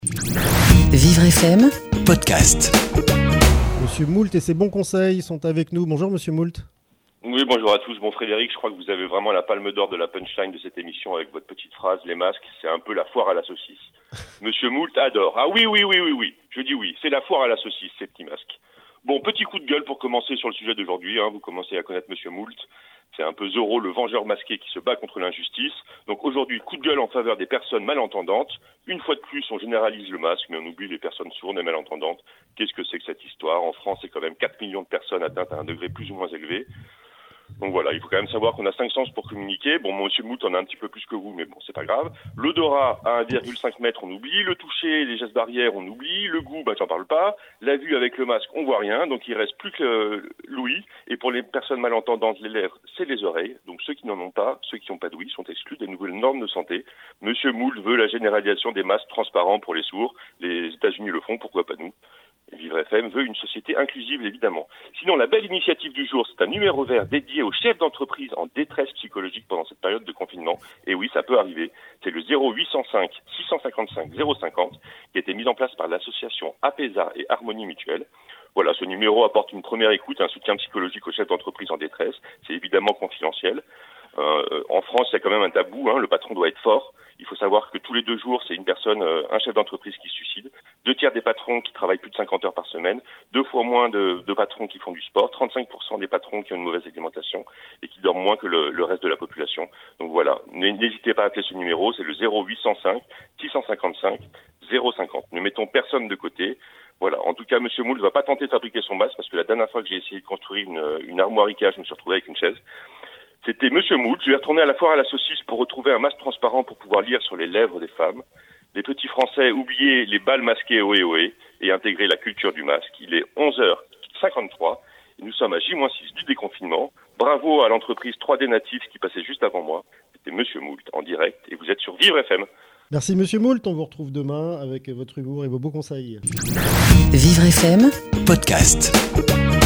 Vivre FM Podcast. Monsieur Moult et ses bons conseils sont avec nous. Bonjour Monsieur Moult. Oui, bonjour à tous. Bon Frédéric, je crois que vous avez vraiment la palme d'or de la punchline de cette émission avec votre petite phrase, les masques, c'est un peu la foire à la saucisse. Monsieur Moult adore. Ah oui, je dis oui, c'est la foire à la saucisse, ces petits masques. Bon, petit coup de gueule pour commencer sur le sujet d'aujourd'hui, vous commencez à connaître Monsieur Moult. C'est un peu Zorro, le vengeur masqué qui se bat contre l'injustice. Donc aujourd'hui, coup de gueule en faveur des personnes malentendantes. Une fois de plus, on généralise le masque, mais on oublie les personnes sourdes et malentendantes. Qu'est-ce que c'est que cette histoire ? En France, c'est quand même 4 millions de personnes atteintes à un degré plus ou moins élevé. Donc voilà, il faut quand même savoir qu'on a 5 sens pour communiquer. Bon, monsieur Moult en a un petit peu plus que vous, mais bon, c'est pas grave. L'odorat à 1,5 m, on oublie. Le toucher, les gestes barrières, on oublie. Le goût, j'en parle pas. La vue avec le masque, on voit rien. Donc il reste plus que l'ouïe. Et pour les personnes malentendantes, les lèvres, c'est les oreilles. Donc ceux qui n'en ont pas, ceux qui n'ont pas d'ouïe, sont exclus des nouvelles normes de santé. Monsieur Moult veut la généralisation des masques transparents pour les sourds. Les États-Unis le font, pourquoi pas nous ? Vivre FM veut une société inclusive, évidemment. Sinon, la belle initiative du jour, c'est un numéro vert dédié aux chefs d'entreprise en détresse psychologique pendant cette période de confinement. Et oui, ça peut arriver. C'est le 0805 655 050 qui a été mis en place par l'association APESA et Harmonie Mutuelle. Voilà, ce numéro apporte une première écoute, un soutien psychologique aux chefs d'entreprise en détresse. C'est évidemment confidentiel. En France, il y a quand même un tabou, le patron doit être fort. Il faut savoir que tous les 2 jours, c'est une personne, un chef d'entreprise qui se suicide. 2 tiers des patrons qui travaillent plus de 50 heures par semaine. 2 fois moins de patrons qui font du sport. 35% des patrons qui ont une mauvaise alimentation et qui dorment moins que le reste de la population. Donc voilà, n'hésitez pas à appeler ce numéro, c'est le 0805 655 050. Ne mettons personne de côté. Voilà. En tout cas, Monsieur Moult ne va pas tenter de fabriquer son masque parce que la dernière fois que j'ai essayé de construire une armoire Ikea, je me suis retrouvé avec une chaise. C'était Monsieur Moult. Je vais retourner à la foire à la saucisse pour retrouver un masque transparent pour pouvoir lire sur les lèvres des femmes. Les petits Français, oubliez les balles masquées ohé ohé et intégrer la culture du masque. Il est 11h53 et nous sommes à J-6 du déconfinement. Bravo à l'entreprise 3D Natif qui passait juste avant moi. C'était Monsieur Moult en direct et vous êtes sur Vivre FM. Merci Monsieur Moult, on vous retrouve demain avec votre humour et vos beaux conseils. Vivre FM Podcast.